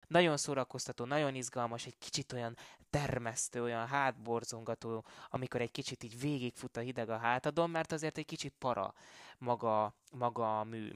nagyon szórakoztató, nagyon izgalmas, egy kicsit olyan termesztő, olyan hátborzongató, amikor egy kicsit így végigfut a hideg a hátadon, mert azért egy kicsit para maga a mű.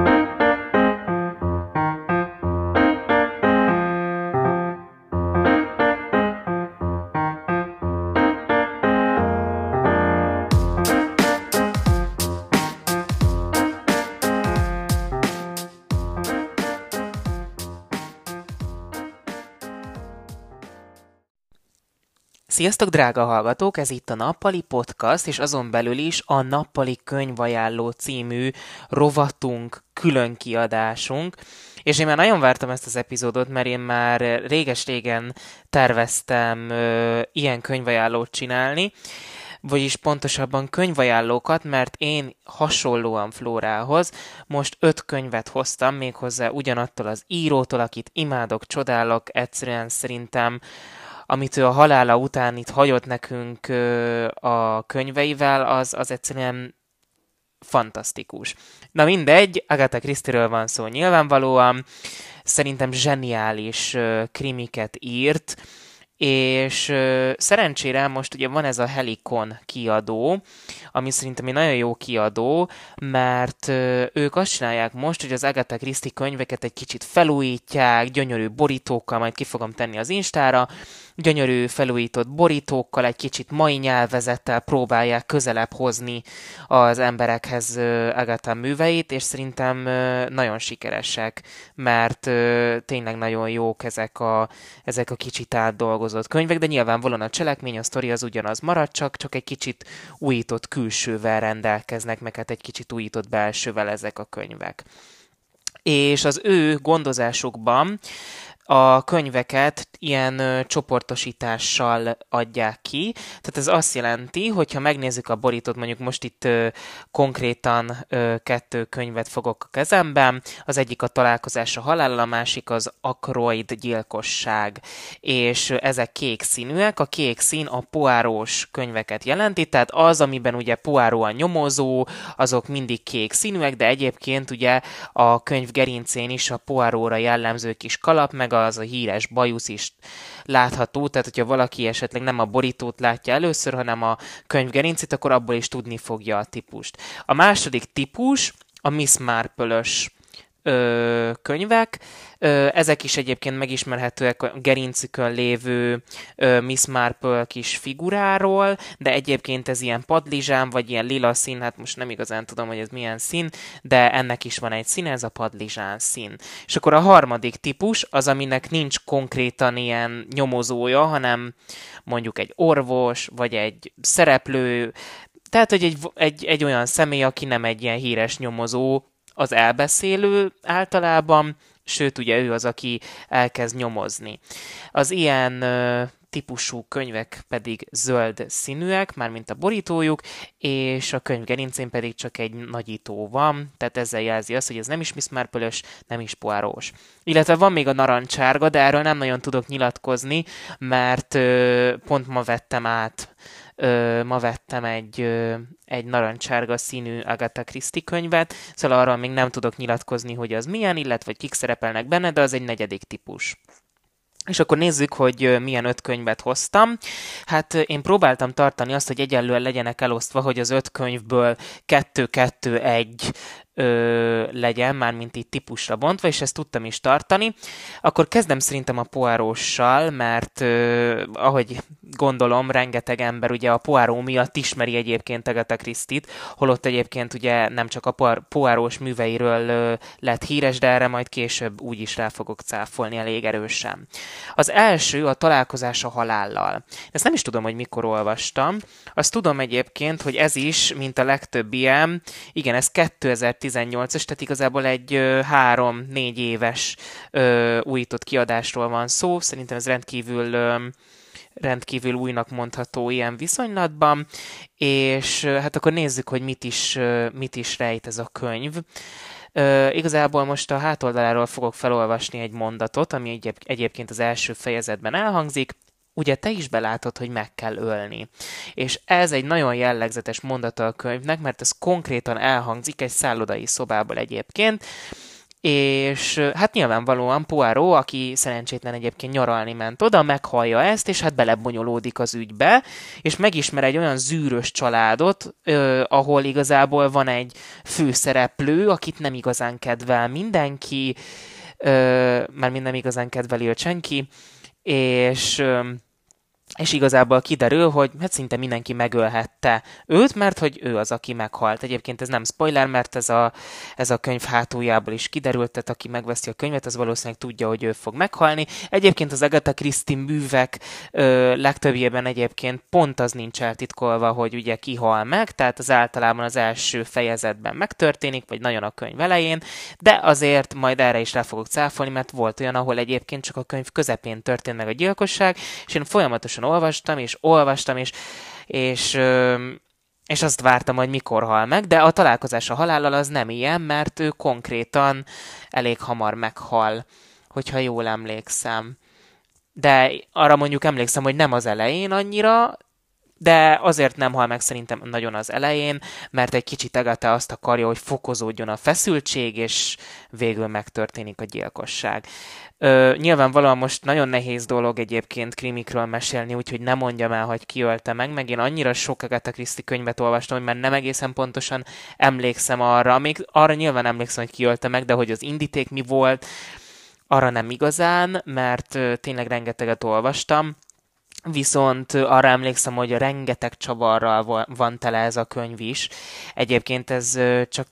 Sziasztok, drága hallgatók! Ez itt a Nappali Podcast, és azon belül is a Nappali Könyvajánló című rovatunk, külön kiadásunk. És én már nagyon vártam ezt az epizódot, mert én már réges-régen terveztem ilyen könyvajánlót csinálni, vagyis pontosabban könyvajánlókat, mert én hasonlóan Flórához most 5 könyvet hoztam, méghozzá ugyanattól az írótól, akit imádok, csodálok, egyszerűen szerintem amit ő a halála után itt hagyott nekünk a könyveivel, az egyszerűen fantasztikus. Na mindegy, Agatha Christie-ről van szó nyilvánvalóan, szerintem zseniális krimiket írt, és szerencsére most ugye van ez a Helikon kiadó, ami szerintem egy nagyon jó kiadó, mert ők azt csinálják most, hogy az Agatha Christie könyveket egy kicsit felújítják, gyönyörű borítókkal, majd ki fogom tenni az Instára, gyönyörű felújított borítókkal, egy kicsit mai nyelvezettel próbálják közelebb hozni az emberekhez Agatha műveit, és szerintem nagyon sikeresek, mert tényleg nagyon jók ezek a kicsit átdolgozott könyvek, de nyilvánvalóan a cselekmény, a sztori az ugyanaz marad, csak egy kicsit újított külsővel rendelkeznek, meg hát egy kicsit újított belsővel ezek a könyvek. És az ő gondozásukban a könyveket ilyen csoportosítással adják ki. Tehát ez azt jelenti, hogy ha megnézzük a borítót, mondjuk most itt konkrétan 2 könyvet fogok a kezemben, az egyik a Találkozás a halállal, a másik az Ackroyd gyilkosság, és ezek kék színűek. A kék szín a Poirós könyveket jelenti, tehát az, amiben ugye Poirot a nyomozó, azok mindig kék színűek, de egyébként ugye a könyv gerincén is a Poirotra jellemző kis kalap, meg az a híres bajusz is látható, tehát hogyha valaki esetleg nem a borítót látja először, hanem a könyvgerincét, akkor abból is tudni fogja a típust. A második típus a Miss Marple-ös könyvek. Ezek is egyébként megismerhetőek a gerincükön lévő Miss Marple kis figuráról, de egyébként ez ilyen padlizsán, vagy ilyen lila szín, hát most nem igazán tudom, hogy ez milyen szín, de ennek is van egy színe, ez a padlizsán szín. És akkor a harmadik típus az, aminek nincs konkrétan ilyen nyomozója, hanem mondjuk egy orvos, vagy egy szereplő, tehát, hogy egy olyan személy, aki nem egy ilyen híres nyomozó, az elbeszélő általában, sőt, ugye ő az, aki elkezd nyomozni. Az ilyen típusú könyvek pedig zöld színűek, mármint a borítójuk, és a könyv gerincén pedig csak egy nagyító van, tehát ezzel jelzi azt, hogy ez nem is Miss Marple-ös, nem is Poirós. Illetve van még a narancsárga, de erről nem nagyon tudok nyilatkozni, mert pont ma vettem át egy narancsárga színű Agatha Christie könyvet, szóval arról még nem tudok nyilatkozni, hogy az milyen, illetve hogy kik szerepelnek benne, de az egy 4. típus. És akkor nézzük, hogy milyen 5 könyvet hoztam. Hát én próbáltam tartani azt, hogy egyenlően legyenek elosztva, hogy az 5 könyvből 2-2-1 legyen, mármint így típusra bontva, és ezt tudtam is tartani. Akkor kezdem szerintem a Poirossal, mert ahogy gondolom, rengeteg ember ugye a Poirot miatt ismeri egyébként Agatha Christie-t, holott egyébként ugye nem csak a Poirós műveiről lett híres, de erre majd később úgy is rá fogok cáfolni elég erősen. Az első a Találkozás a halállal. Ezt nem is tudom, hogy mikor olvastam. Azt tudom egyébként, hogy ez is, mint a legtöbb ilyen, igen, ez 2018-as, tehát igazából egy 3-4 éves újított kiadásról van szó. Szerintem ez rendkívül újnak mondható ilyen viszonylatban, és hát akkor nézzük, hogy mit is rejt ez a könyv. Igazából most a hátoldaláról fogok felolvasni egy mondatot, ami egyébként az első fejezetben elhangzik. Ugye te is belátod, hogy meg kell ölni. És ez egy nagyon jellegzetes mondata a könyvnek, mert ez konkrétan elhangzik egy szállodai szobából egyébként, és hát nyilvánvalóan Poirot, aki szerencsétlen egyébként nyaralni ment oda, meghallja ezt, és hát belebonyolódik az ügybe, és megismer egy olyan zűrös családot, ahol igazából van egy főszereplő, akit nem igazán kedvel mindenki, már nem igazán kedveli őt senki, és... És igazából kiderül, hogy hát szinte mindenki megölhette őt, mert hogy ő az, aki meghalt. Egyébként ez nem spoiler, mert ez a könyv hátuljából is kiderült, tehát aki megveszi a könyvet, az valószínűleg tudja, hogy ő fog meghalni. Egyébként az Agatha Christie művek legtöbbjében egyébként pont az nincs eltitkolva, hogy ugye ki hal meg, tehát az általában az első fejezetben megtörténik, vagy nagyon a könyv elején, de azért majd erre is rá fogok cáfolni, mert volt olyan, ahol egyébként csak a könyv közepén történt meg a gyilkosság, és én folyamatosan olvastam, és azt vártam, hogy mikor hal meg, de a találkozás a halállal az nem ilyen, mert ő konkrétan elég hamar meghal, hogyha jól emlékszem. De arra mondjuk emlékszem, hogy nem az elején annyira, de azért nem hal meg szerintem nagyon az elején, mert egy kicsit Agatha azt akarja, hogy fokozódjon a feszültség, és végül megtörténik a gyilkosság. Nyilvánvalóan most nagyon nehéz dolog egyébként krimikről mesélni, úgyhogy nem mondjam el, hogy ki ölte meg én annyira sok Agatha Christie könyvet olvastam, hogy már nem egészen pontosan emlékszem arra, még arra nyilván emlékszem, hogy ki ölte meg, de hogy az indíték mi volt, arra nem igazán, mert tényleg rengeteget olvastam. Viszont arra emlékszem, hogy rengeteg csavarral van tele ez a könyv is. Egyébként ez csak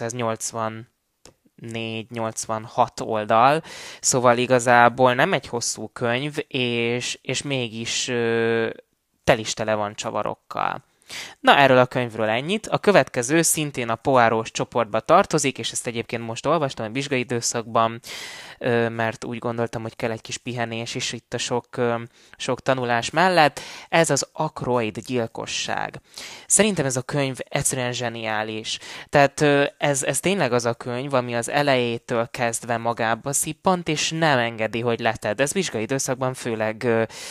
284-86 oldal, szóval igazából nem egy hosszú könyv, és mégis tel is tele van csavarokkal. Na, erről a könyvről ennyit. A következő szintén a Poirot csoportba tartozik, és ezt egyébként most olvastam a vizsgai időszakban, mert úgy gondoltam, hogy kell egy kis pihenés is itt a sok tanulás mellett. Ez az Ackroyd gyilkosság. Szerintem ez a könyv egyszerűen zseniális. Tehát ez tényleg az a könyv, ami az elejétől kezdve magába szippant, és nem engedi, hogy letedd. Ez vizsgai időszakban főleg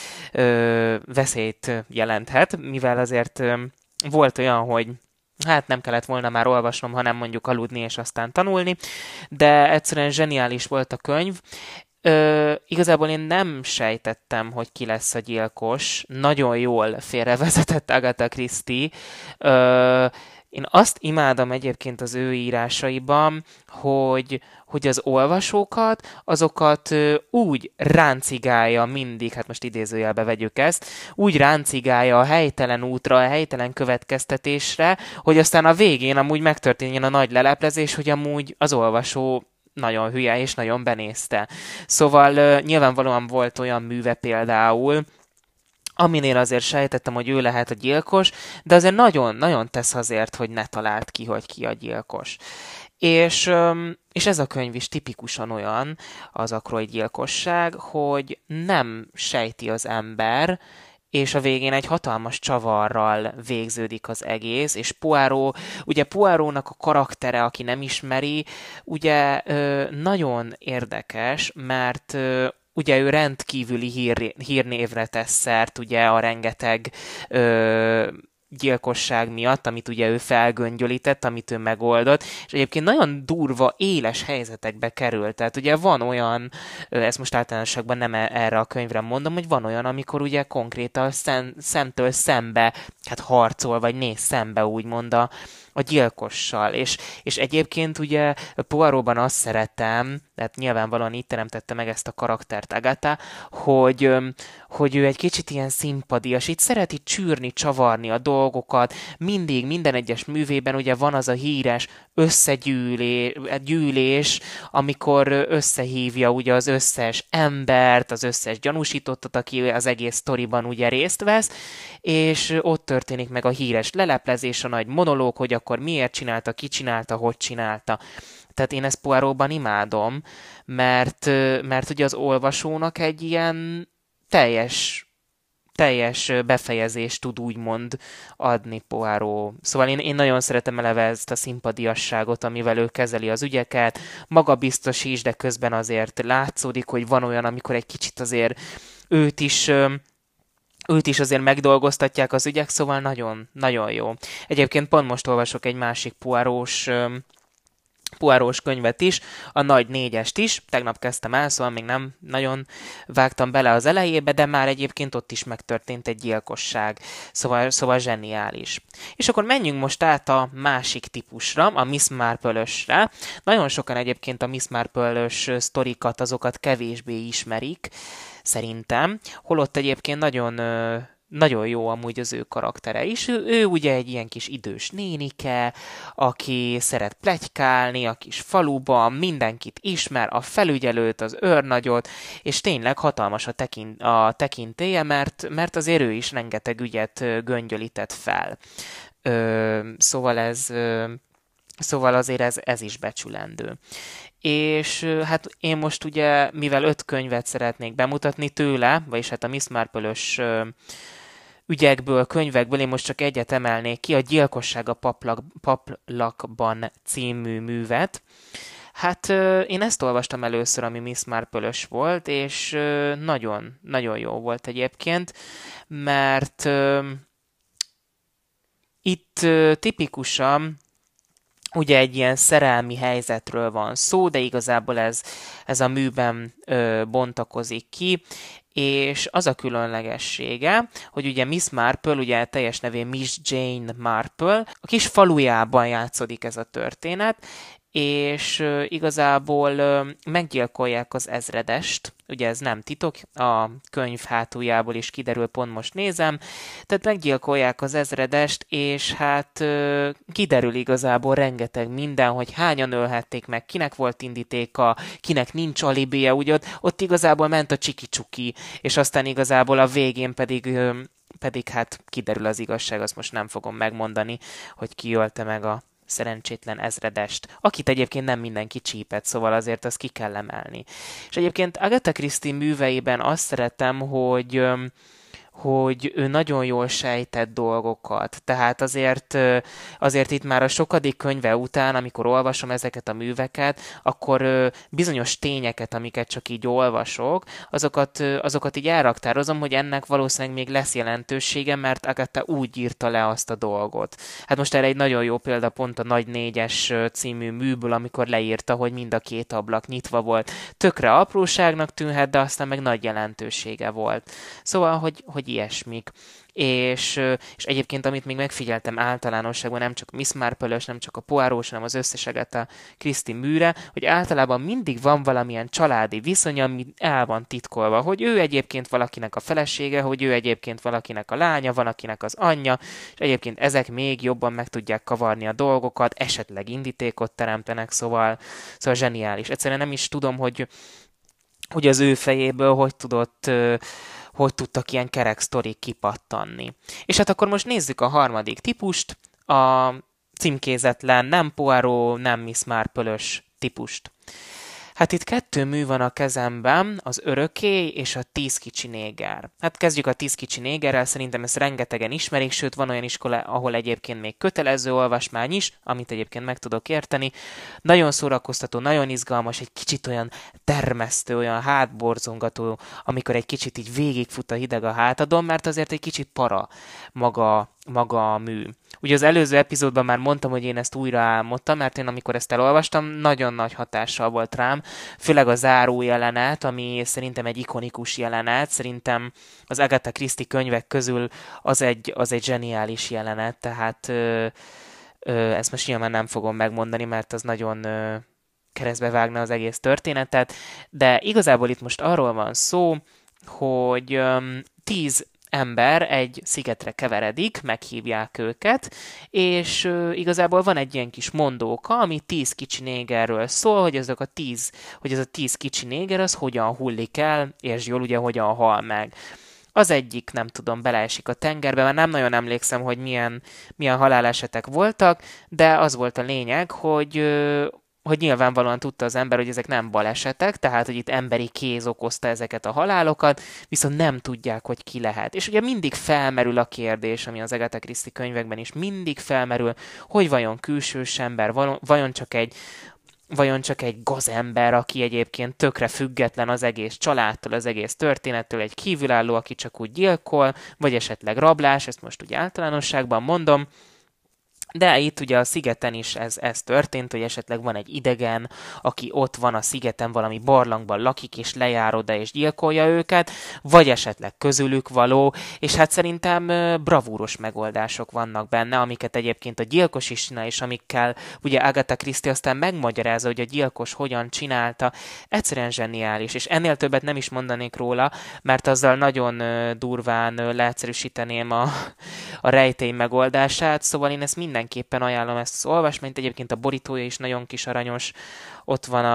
veszélyt jelenthet, mivel azért volt olyan, hogy hát nem kellett volna már olvasnom, hanem mondjuk aludni és aztán tanulni, de egyszerűen zseniális volt a könyv. Igazából én nem sejtettem, hogy ki lesz a gyilkos. Nagyon jól félrevezetett Agatha Christie. Én azt imádom egyébként az ő írásaiban, hogy az olvasókat, azokat úgy ráncigálja mindig, hát most idézőjelbe vegyük ezt, úgy ráncigálja a helytelen útra, a helytelen következtetésre, hogy aztán a végén amúgy megtörténjen a nagy leleplezés, hogy amúgy az olvasó nagyon hülye és nagyon benézte. Szóval nyilvánvalóan volt olyan műve például, aminél azért sejtettem, hogy ő lehet a gyilkos, de azért nagyon-nagyon tesz azért, hogy ne talált ki, hogy ki a gyilkos. És ez a könyv is tipikusan olyan, az Ackroyd gyilkosság, hogy nem sejti az ember, és a végén egy hatalmas csavarral végződik az egész, és Poirot, ugye Poirotnak a karaktere, aki nem ismeri, ugye nagyon érdekes, mert ugye ő rendkívüli hírnévre tesz szert, ugye a rengeteg gyilkosság miatt, amit ugye ő felgöngyölített, amit ő megoldott, és egyébként nagyon durva, éles helyzetekbe került. Tehát ugye van olyan, ezt most általánosságban nem erre a könyvre mondom, hogy van olyan, amikor ugye konkrétan szemtől szembe hát harcol, vagy néz szembe úgymond a gyilkossal. És egyébként ugye Poirotban azt szeretem, tehát nyilvánvalóan így teremtette meg ezt a karaktert Agatha, hogy ő egy kicsit ilyen szimpadias, így szereti csűrni, csavarni a dolgokat, mindig, minden egyes művében ugye van az a híres összegyűlés, amikor összehívja ugye az összes embert, az összes gyanúsítottat, aki az egész sztoriban ugye részt vesz, és ott történik meg a híres leleplezés, a nagy monológ, hogy akkor miért csinálta, ki csinálta, hogy csinálta. Tehát én ezt Poirotban imádom, mert ugye az olvasónak egy ilyen teljes befejezést tud úgymond adni Poirot. Szóval én nagyon szeretem eleve ezt a szimpadiasságot, amivel ő kezeli az ügyeket, magabiztos is, de közben azért látszódik, hogy van olyan, amikor egy kicsit azért őt is azért megdolgoztatják az ügyek, szóval nagyon, nagyon jó. Egyébként pont most olvasok egy másik Poirot-s Poirot-s könyvet is, a nagy négyest is, tegnap kezdtem el, szóval még nem nagyon vágtam bele az elejébe, de már egyébként ott is megtörtént egy gyilkosság, szóval zseniális. És akkor menjünk most át a másik típusra, a Miss Marple-ösre. Nagyon sokan egyébként a Miss Marple-ös sztorikat, azokat kevésbé ismerik, szerintem, holott egyébként nagyon jó amúgy az ő karaktere is. Ő ugye egy ilyen kis idős nénike, aki szeret pletykálni a kis faluban, mindenkit ismer, a felügyelőt, az őrnagyot, és tényleg hatalmas a tekintélye, mert azért ő is rengeteg ügyet göngyölített fel. Szóval azért ez is becsülendő. És hát én most ugye, mivel 5 könyvet szeretnék bemutatni tőle, vagyis hát a Miss Marple-ös ügyekből, könyvekből, én most csak egyet emelnék ki, a Gyilkosság a paplakban című művet. Hát én ezt olvastam először, ami Miss Marple-ös volt, és nagyon, nagyon jó volt egyébként, mert itt tipikusan ugye egy ilyen szerelmi helyzetről van szó, de igazából ez a műben bontakozik ki, és az a különlegessége, hogy ugye Miss Marple, ugye teljes nevén Miss Jane Marple, a kis falujában játszódik ez a történet, és igazából meggyilkolják az ezredest, ugye ez nem titok, a könyv hátuljából is kiderül, pont most nézem, tehát meggyilkolják az ezredest, és hát kiderül igazából rengeteg minden, hogy hányan ölhették meg, kinek volt indítéka, kinek nincs alibije, ugye ott igazából ment a csiki-csuki, és aztán igazából a végén pedig hát kiderül az igazság, azt most nem fogom megmondani, hogy ki ölte meg a szerencsétlen ezredest, akit egyébként nem mindenki csípett, szóval azért azt ki kell emelni. És egyébként Agatha Christie műveiben azt szeretem, hogy ő nagyon jól sejtett dolgokat. Tehát azért itt már a sokadik könyve után, amikor olvasom ezeket a műveket, akkor bizonyos tényeket, amiket csak így olvasok, azokat így elraktározom, hogy ennek valószínűleg még lesz jelentősége, mert Agatha úgy írta le azt a dolgot. Hát most erre egy nagyon jó példa pont a Nagy Négyes című műből, amikor leírta, hogy mind a 2 ablak nyitva volt. Tökre apróságnak tűnhet, de aztán meg nagy jelentősége volt. Szóval, hogy ilyesmik. És egyébként, amit még megfigyeltem általánosságban, nem csak Miss Marple-ös, nem csak a Poirot, hanem az összes Agatha Christie műre, hogy általában mindig van valamilyen családi viszony, ami el van titkolva, hogy ő egyébként valakinek a felesége, hogy ő egyébként valakinek a lánya, van akinek az anyja, és egyébként ezek még jobban meg tudják kavarni a dolgokat, esetleg indítékot teremtenek, szóval zseniális. Egyszerűen nem is tudom, hogy az ő fejéből hogy tudtak ilyen kerek sztorik kipattanni. És hát akkor most nézzük a harmadik típust, a címkézetlen, nem Poirot, nem Miss Marple-ös típust. Hát itt 2 mű van a kezemben, az Örökély és a 10 kicsi néger. Hát kezdjük a 10 kicsi négerrel, szerintem ezt rengetegen ismerik, sőt van olyan iskola, ahol egyébként még kötelező olvasmány is, amit egyébként meg tudok érteni. Nagyon szórakoztató, nagyon izgalmas, egy kicsit olyan termesztő, olyan hátborzongató, amikor egy kicsit így végigfut a hideg a hátadon, mert azért egy kicsit para maga a mű. Ugye az előző epizódban már mondtam, hogy én ezt újra álmodtam, mert én amikor ezt elolvastam, nagyon nagy hatással volt rám, főleg a záró jelenet, ami szerintem egy ikonikus jelenet, szerintem az Agatha Christie könyvek közül az egy zseniális jelenet, tehát ezt most nyilván nem fogom megmondani, mert az nagyon keresztbe vágna az egész történetet, de igazából itt most arról van szó, hogy 10 ember egy szigetre keveredik, meghívják őket, és igazából van egy ilyen kis mondóka, ami 10 kicsi négerről szól, hogy ez a 10 kicsi néger az hogyan hullik el, és jól ugye hogyan hal meg. Az egyik, nem tudom, beleesik a tengerbe, mert nem nagyon emlékszem, hogy milyen halálesetek voltak, de az volt a lényeg, hogy nyilvánvalóan tudta az ember, hogy ezek nem balesetek, tehát, hogy itt emberi kéz okozta ezeket a halálokat, viszont nem tudják, hogy ki lehet. És ugye mindig felmerül a kérdés, ami az Agatha Christie könyvekben is mindig felmerül, hogy vajon külsős ember, vajon csak egy gazember, aki egyébként tökre független az egész családtól, az egész történettől, egy kívülálló, aki csak úgy gyilkol, vagy esetleg rablás, ezt most úgy általánosságban mondom. De itt ugye a szigeten is ez történt, hogy esetleg van egy idegen, aki ott van a szigeten, valami barlangban lakik, és lejár oda, és gyilkolja őket, vagy esetleg közülük való, és hát szerintem bravúros megoldások vannak benne, amiket egyébként a gyilkos is csinál, és amikkel ugye Agatha Christie aztán megmagyarázza, hogy a gyilkos hogyan csinálta. Egyszerűen zseniális, és ennél többet nem is mondanék róla, mert azzal nagyon durván leegyszerűsíteném a rejtély megoldását, szóval én ezt mindenképpen ajánlom, ezt az olvasmányt, egyébként a borítója is nagyon kis aranyos, ott van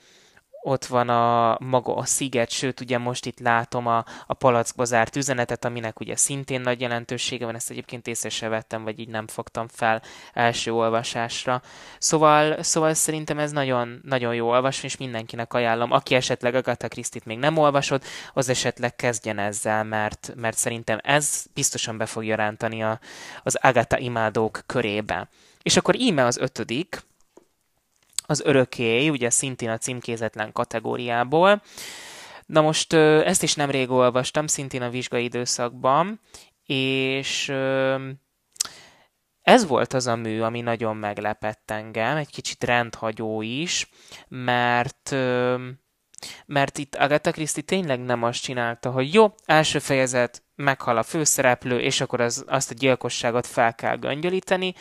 a maga a sziget, sőt ugye most itt látom a palackba zárt üzenetet, aminek ugye szintén nagy jelentősége van, ezt egyébként észre se vettem, vagy így nem fogtam fel első olvasásra. Szóval szerintem ez nagyon, nagyon jó olvasni, és mindenkinek ajánlom. Aki esetleg Agatha Christie-t még nem olvasott, az esetleg kezdjen ezzel, mert szerintem ez biztosan be fogja rántani az Agatha imádók körébe. És akkor íme az 5., az örökély, ugye szintén a címkézetlen kategóriából. Na most ezt is nemrég olvastam, szintén a vizsgai időszakban, és ez volt az a mű, ami nagyon meglepett engem, egy kicsit rendhagyó is, mert itt Agatha Christie tényleg nem azt csinálta, hogy jó, első fejezet, meghal a főszereplő, és akkor azt a gyilkosságot fel kell göngyölíteni,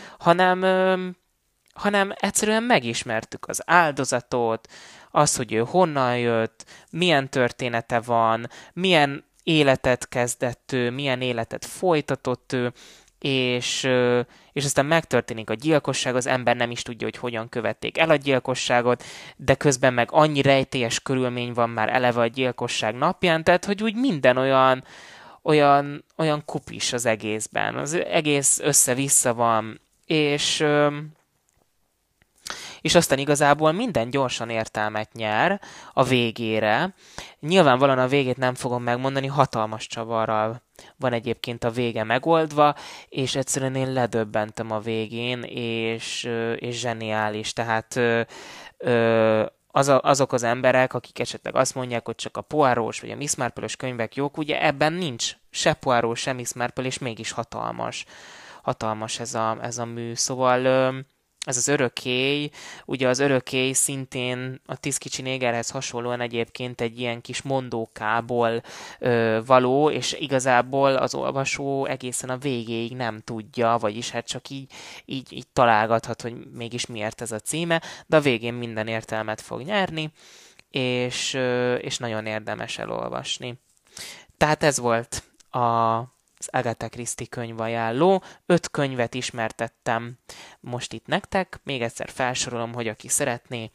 hanem egyszerűen megismertük az áldozatot, az, hogy ő honnan jött, milyen története van, milyen életet kezdett ő, milyen életet folytatott ő, és aztán megtörténik a gyilkosság, az ember nem is tudja, hogy hogyan követték el a gyilkosságot, de közben meg annyi rejtélyes körülmény van már eleve a gyilkosság napján, tehát hogy úgy minden olyan kupis az egészben. Az egész össze-vissza van, és aztán igazából minden gyorsan értelmet nyer a végére. Nyilvánvalóan a végét nem fogom megmondani, hatalmas csavarral van egyébként a vége megoldva, és egyszerűen én ledöbbentem a végén, és zseniális. Tehát azok az emberek, akik esetleg azt mondják, hogy csak a Poirot-os vagy a Miss Marple-os könyvek jók, ugye ebben nincs se Poirot, se Miss Marple, és mégis hatalmas. Hatalmas ez a mű. Szóval ez az örökély, ugye az örökély szintén a 10 kicsi négerhez hasonlóan egyébként egy ilyen kis mondókából való, és igazából az olvasó egészen a végéig nem tudja, vagyis hát csak így találgathat, hogy mégis miért ez a címe, de a végén minden értelmet fog nyerni, és nagyon érdemes elolvasni. Tehát ez volt az Agatha Christie könyvajánló. 5 könyvet ismertettem most itt nektek. Még egyszer felsorolom, hogy aki szeretné,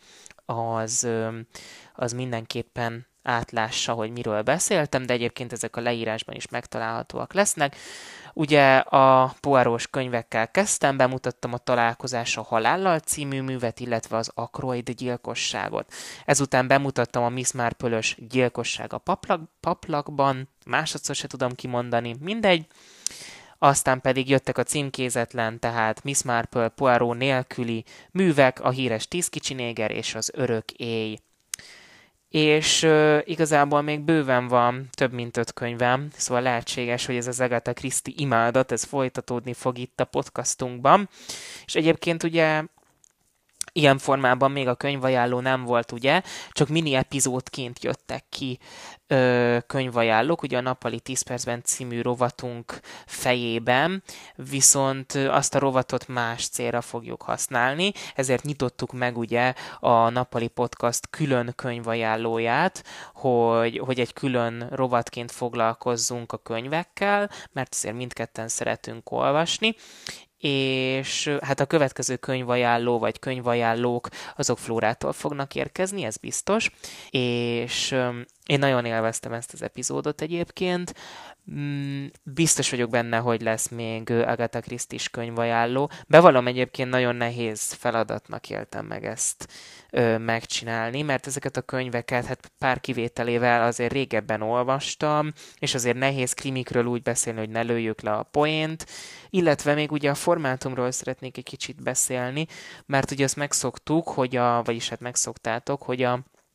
az mindenképpen átlássa, hogy miről beszéltem, de egyébként ezek a leírásban is megtalálhatóak lesznek. Ugye a Poirot-os könyvekkel kezdtem, bemutattam a Találkozás a halállal című művet, illetve az Ackroyd gyilkosságot. Ezután bemutattam a Miss Marple-ös Gyilkosság a paplakban, másodszor se tudom kimondani, mindegy. Aztán pedig jöttek a címkézetlen, tehát Miss Marple, Poirot nélküli művek, a híres 10 kicsi néger és az Örök éj. És igazából még bőven van, több mint 5 könyvem, szóval lehetséges, hogy ez az Agatha Christie imádat, ez folytatódni fog itt a podcastunkban. És egyébként ugye ilyen formában még a könyvajánló nem volt, ugye, csak mini epizódként jöttek ki könyvajánlók, ugye a Nappali 10 percben című rovatunk fejében, viszont azt a rovatot más célra fogjuk használni, ezért nyitottuk meg ugye a Nappali Podcast külön könyvajánlóját, hogy egy külön rovatként foglalkozzunk a könyvekkel, mert azért mindketten szeretünk olvasni, és hát a következő könyvajánló vagy könyvajánlók azok Flórától fognak érkezni, ez biztos, és én nagyon élveztem ezt az epizódot egyébként. Biztos vagyok benne, hogy lesz még Agatha Christie-s könyvajánló. Bevallom, egyébként nagyon nehéz feladatnak éltem meg ezt megcsinálni, mert ezeket a könyveket hát pár kivételével azért régebben olvastam, és azért nehéz krimikről úgy beszélni, hogy ne lőjük le a poént, illetve még ugye a formátumról szeretnék egy kicsit beszélni, mert ugye azt megszoktuk, vagyis hát megszoktátok, hogy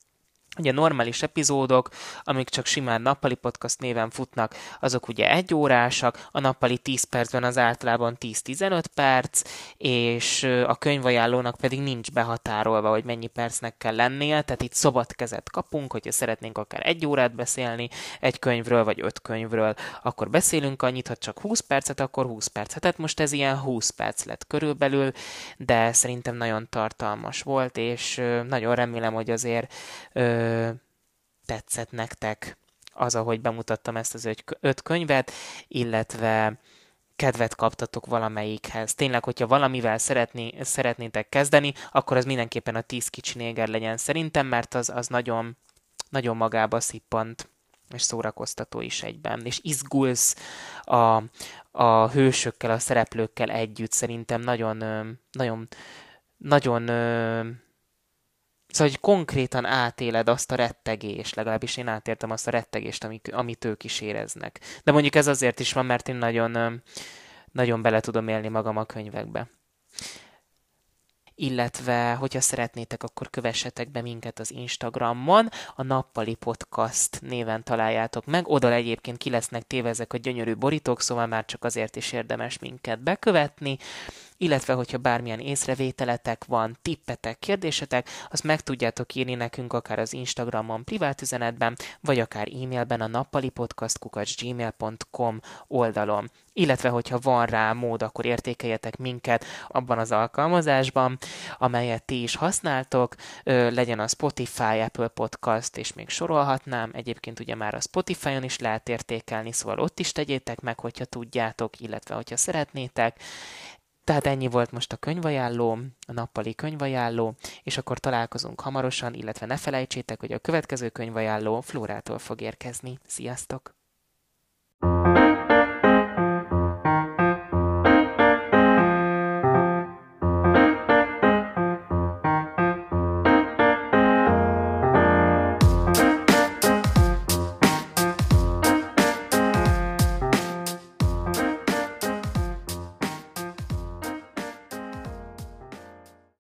Ugye normális epizódok, amik csak simán nappali podcast néven futnak, azok ugye 1 órásak, a nappali 10 percben az általában 10-15 perc, és a könyvajánlónak pedig nincs behatárolva, hogy mennyi percnek kell lennie, tehát itt szabad kezet kapunk, hogyha szeretnénk akár 1 órát beszélni egy könyvről, vagy 5 könyvről, akkor beszélünk annyit, ha csak 20 percet, akkor 20 percet. Tehát most ez ilyen 20 perc lett körülbelül, de szerintem nagyon tartalmas volt, és nagyon remélem, hogy azért tetszett nektek az, ahogy bemutattam ezt az 5 könyvet, illetve kedvet kaptatok valamelyikhez. Tényleg, hogyha valamivel szeretnétek kezdeni, akkor az mindenképpen a 10 kicsi néger legyen szerintem, mert az nagyon, nagyon magába szippant, és szórakoztató is egyben. És izgulsz a hősökkel, a szereplőkkel együtt. Szerintem nagyon szóval, hogy konkrétan átéled azt a rettegést, legalábbis én átértem azt a rettegést, amit ők is éreznek. De mondjuk ez azért is van, mert én nagyon bele tudom élni magam a könyvekbe. Illetve, hogyha szeretnétek, akkor kövessetek be minket az Instagramon, a Nappali Podcast néven találjátok meg, oda egyébként ki lesznek téve ezek a gyönyörű borítók, szóval már csak azért is érdemes minket bekövetni, illetve, hogyha bármilyen észrevételetek van, tippetek, kérdésetek, azt meg tudjátok írni nekünk akár az Instagramon privát üzenetben, vagy akár e-mailben a nappalipodcast@gmail.com oldalon. Illetve, hogyha van rá mód, akkor értékeljetek minket abban az alkalmazásban, amelyet ti is használtok, legyen a Spotify, Apple Podcast, és még sorolhatnám. Egyébként ugye már a Spotify-on is lehet értékelni, szóval ott is tegyétek meg, hogyha tudjátok, illetve hogyha szeretnétek. Tehát ennyi volt most a könyvajánló, a nappali könyvajánló, és akkor találkozunk hamarosan, illetve ne felejtsétek, hogy a következő könyvajánló Flórától fog érkezni. Sziasztok!